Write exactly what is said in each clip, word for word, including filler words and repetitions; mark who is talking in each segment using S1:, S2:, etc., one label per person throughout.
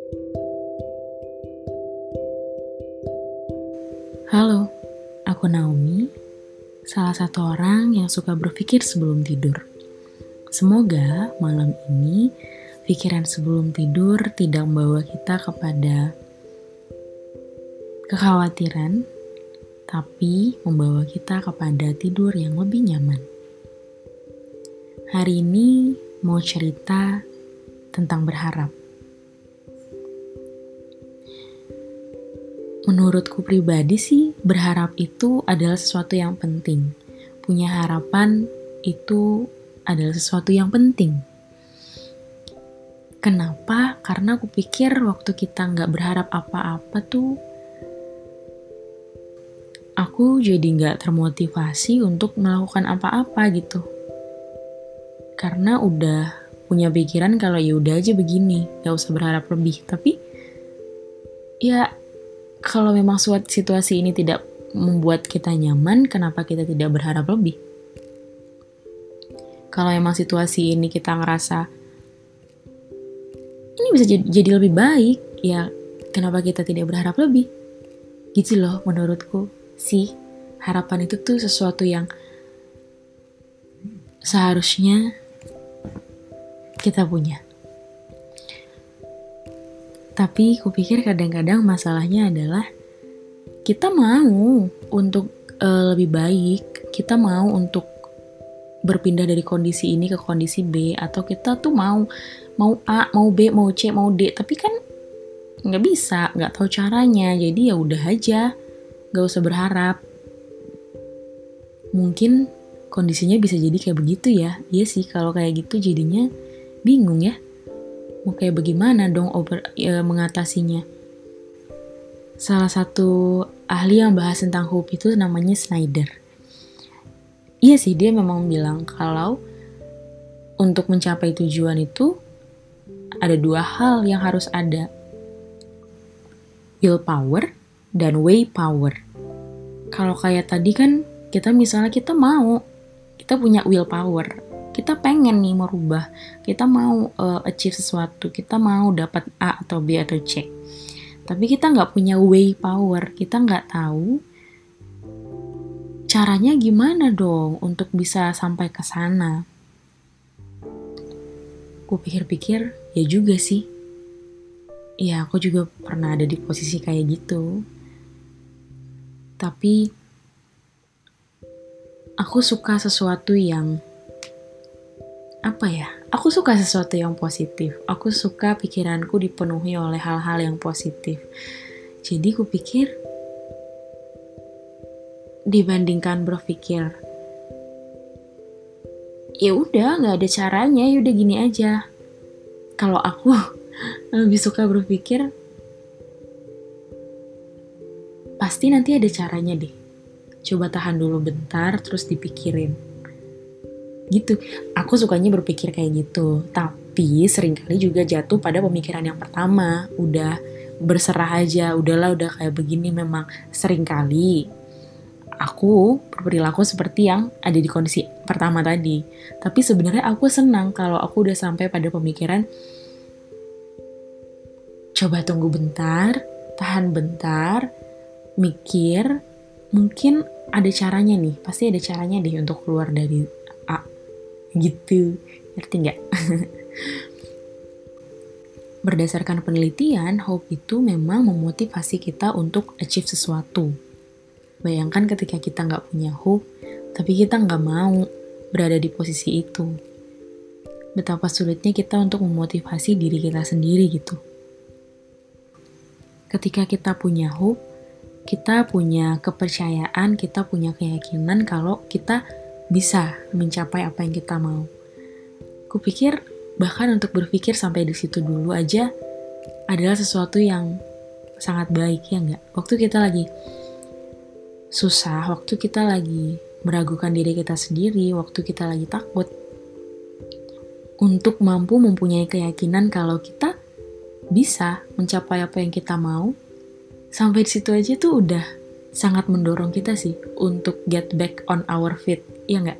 S1: Halo, aku Naomi, salah satu orang yang suka berpikir sebelum tidur. Semoga malam ini pikiran sebelum tidur tidak membawa kita kepada kekhawatiran, tapi membawa kita kepada tidur yang lebih nyaman. Hari ini mau cerita tentang berharap. Menurutku pribadi sih, berharap itu adalah sesuatu yang penting. Punya harapan itu adalah sesuatu yang penting. Kenapa? Karena aku pikir waktu kita nggak berharap apa-apa tuh, aku jadi nggak termotivasi untuk melakukan apa-apa gitu. Karena udah punya pikiran kalau ya udah aja begini, nggak usah berharap lebih. Tapi ya kalau memang suatu situasi ini tidak membuat kita nyaman, kenapa kita tidak berharap lebih? Kalau memang situasi ini kita ngerasa ini bisa jadi, jadi lebih baik, ya kenapa kita tidak berharap lebih? Gitu loh menurutku sih, harapan itu tuh sesuatu yang seharusnya kita punya. Tapi kupikir kadang-kadang masalahnya adalah kita mau untuk uh, lebih baik, kita mau untuk berpindah dari kondisi ini ke kondisi B, atau kita tuh mau mau A, mau B, mau C, mau D, tapi kan nggak bisa, nggak tahu caranya, jadi ya udah aja, nggak usah berharap. Mungkin kondisinya bisa jadi kayak begitu ya, iya sih kalau kayak gitu jadinya bingung ya. Mau kayak bagaimana dong over, ya, mengatasinya. Salah satu ahli yang bahas tentang hope itu namanya Snyder. Iya sih, dia memang bilang kalau untuk mencapai tujuan itu ada dua hal yang harus ada. Willpower dan way power. Kalau kayak tadi kan kita misalnya kita mau, kita punya willpower. Kita pengen nih merubah, kita mau uh, achieve sesuatu, kita mau dapat A atau B atau C. Tapi kita nggak punya way power, kita nggak tahu caranya gimana dong untuk bisa sampai ke sana. Aku pikir-pikir, ya juga sih. Ya aku juga pernah ada di posisi kayak gitu. Tapi aku suka sesuatu yang apa ya, aku suka sesuatu yang positif. Aku suka pikiranku dipenuhi oleh hal-hal yang positif. Jadi aku pikir dibandingkan berpikir ya udah nggak ada caranya, ya udah gini aja. Kalau aku lebih suka berpikir pasti nanti ada caranya deh. Coba tahan dulu bentar terus dipikirin. Gitu, aku sukanya berpikir kayak gitu. Tapi seringkali juga jatuh pada pemikiran yang pertama, udah berserah aja, udahlah udah kayak begini. Memang seringkali aku berperilaku seperti yang ada di kondisi pertama tadi. Tapi sebenarnya aku senang kalau aku udah sampai pada pemikiran coba tunggu bentar, tahan bentar, mikir, mungkin ada caranya nih, pasti ada caranya deh untuk keluar dari A. Gitu, ngerti nggak? Berdasarkan penelitian, hope itu memang memotivasi kita untuk achieve sesuatu. Bayangkan ketika kita nggak punya hope, tapi kita nggak mau berada di posisi itu. Betapa sulitnya kita untuk memotivasi diri kita sendiri gitu. Ketika kita punya hope, kita punya kepercayaan, kita punya keyakinan kalau kita bisa mencapai apa yang kita mau. Kupikir bahkan untuk berpikir sampai di situ dulu aja adalah sesuatu yang sangat baik, ya enggak? Waktu kita lagi susah, waktu kita lagi meragukan diri kita sendiri, waktu kita lagi takut, untuk mampu mempunyai keyakinan kalau kita bisa mencapai apa yang kita mau, sampai di situ aja tuh udah sangat mendorong kita sih untuk get back on our feet. Iya nggak?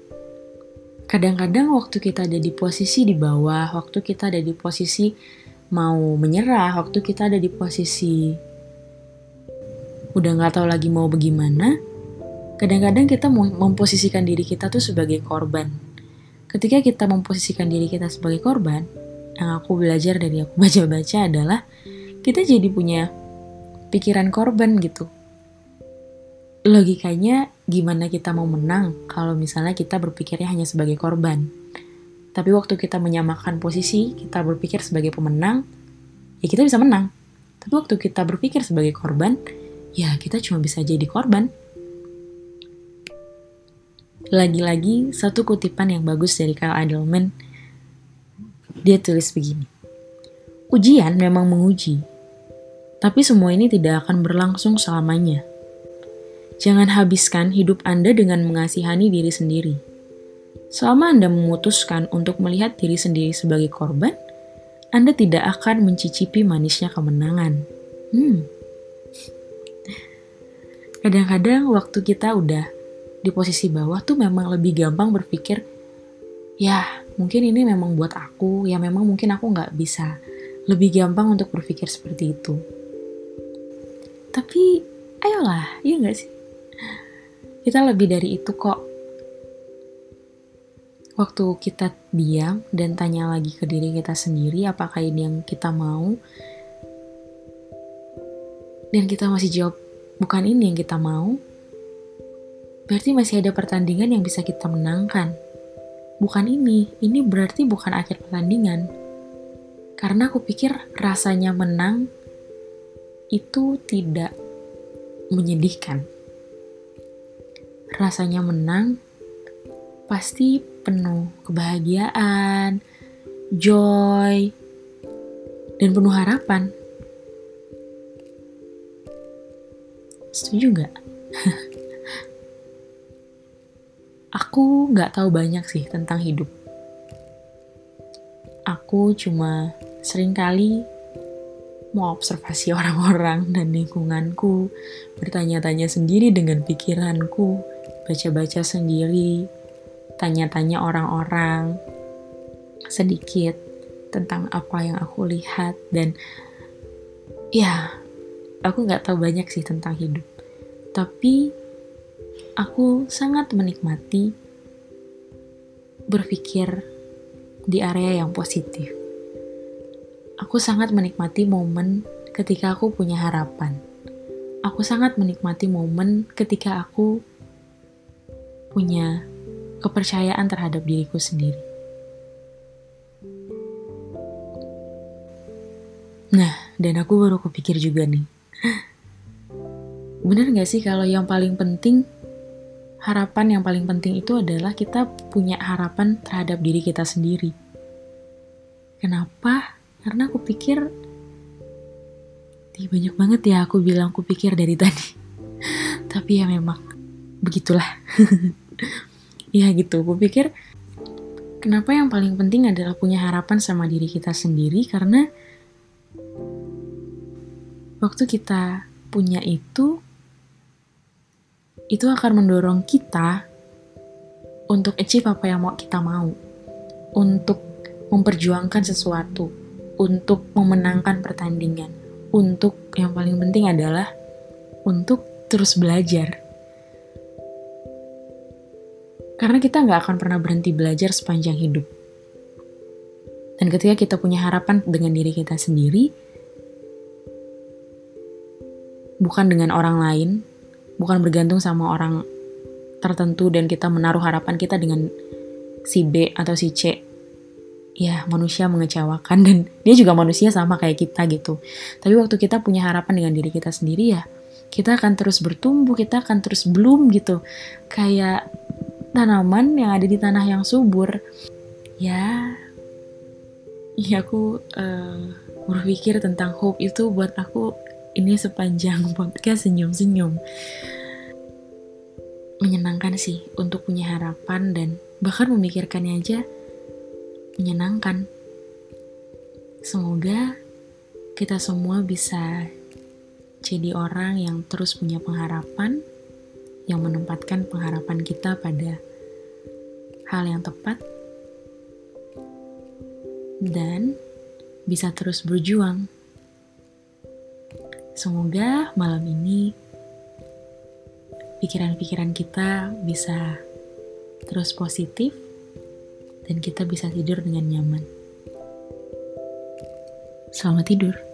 S1: Kadang-kadang waktu kita ada di posisi di bawah, waktu kita ada di posisi mau menyerah, waktu kita ada di posisi udah gak tahu lagi mau bagaimana, kadang-kadang kita memposisikan diri kita tuh sebagai korban. Ketika kita memposisikan diri kita sebagai korban, yang aku belajar dari aku baca-baca adalah kita jadi punya pikiran korban gitu. Logikanya gimana kita mau menang kalau misalnya kita berpikirnya hanya sebagai korban. Tapi waktu kita menyamakan posisi, kita berpikir sebagai pemenang, ya kita bisa menang. Tapi waktu kita berpikir sebagai korban, ya kita cuma bisa jadi korban. Lagi-lagi satu kutipan yang bagus dari Kyle Idleman. Dia tulis begini. Ujian memang menguji, tapi semua ini tidak akan berlangsung selamanya. Jangan habiskan hidup Anda dengan mengasihani diri sendiri. Selama Anda memutuskan untuk melihat diri sendiri sebagai korban, Anda tidak akan mencicipi manisnya kemenangan. Hmm. Kadang-kadang waktu kita udah di posisi bawah tuh memang lebih gampang berpikir, ya mungkin ini memang buat aku, ya memang mungkin aku gak bisa. Lebih gampang untuk berpikir seperti itu. Tapi ayolah, iya gak sih? Kita lebih dari itu kok. Waktu kita diam dan tanya lagi ke diri kita sendiri apakah ini yang kita mau, dan kita masih jawab bukan ini yang kita mau, berarti masih ada pertandingan yang bisa kita menangkan. Bukan ini, ini berarti bukan akhir pertandingan. Karena aku pikir rasanya menang itu tidak menyedihkan. Rasanya menang pasti penuh kebahagiaan, joy, dan penuh harapan. Setuju gak? Aku gak tahu banyak sih tentang hidup. Aku cuma seringkali mau observasi orang-orang dan lingkunganku, bertanya-tanya sendiri dengan pikiranku, baca-baca sendiri, tanya-tanya orang-orang sedikit tentang apa yang aku lihat, dan ya, aku gak tahu banyak sih tentang hidup. Tapi aku sangat menikmati berpikir di area yang positif. Aku sangat menikmati momen ketika aku punya harapan. Aku sangat menikmati momen ketika aku punya kepercayaan terhadap diriku sendiri. Nah, dan aku baru kepikir juga nih. Bener gak sih kalau yang paling penting, harapan yang paling penting itu adalah kita punya harapan terhadap diri kita sendiri. Kenapa? Karena aku pikir, banyak banget ya aku bilang aku pikir dari tadi. Tapi ya memang, begitulah. Ya gitu, aku pikir kenapa yang paling penting adalah punya harapan sama diri kita sendiri, karena waktu kita punya itu, itu akan mendorong kita untuk achieve apa yang mau kita mau, untuk memperjuangkan sesuatu, untuk memenangkan pertandingan, untuk yang paling penting adalah untuk terus belajar. Karena kita gak akan pernah berhenti belajar sepanjang hidup. Dan ketika kita punya harapan dengan diri kita sendiri, bukan dengan orang lain, bukan bergantung sama orang tertentu dan kita menaruh harapan kita dengan si B atau si C. Ya, manusia mengecewakan dan dia juga manusia sama kayak kita gitu. Tapi waktu kita punya harapan dengan diri kita sendiri, ya kita akan terus bertumbuh, kita akan terus bloom gitu. Kayak tanaman yang ada di tanah yang subur. Ya, ya aku uh, berpikir tentang hope itu buat aku ini sepanjang podcast senyum-senyum. Menyenangkan sih untuk punya harapan dan bahkan memikirkannya aja menyenangkan. Semoga kita semua bisa jadi orang yang terus punya pengharapan, yang menempatkan pengharapan kita pada hal yang tepat, dan bisa terus berjuang. Semoga malam ini pikiran-pikiran kita bisa terus positif dan kita bisa tidur dengan nyaman. Selamat tidur.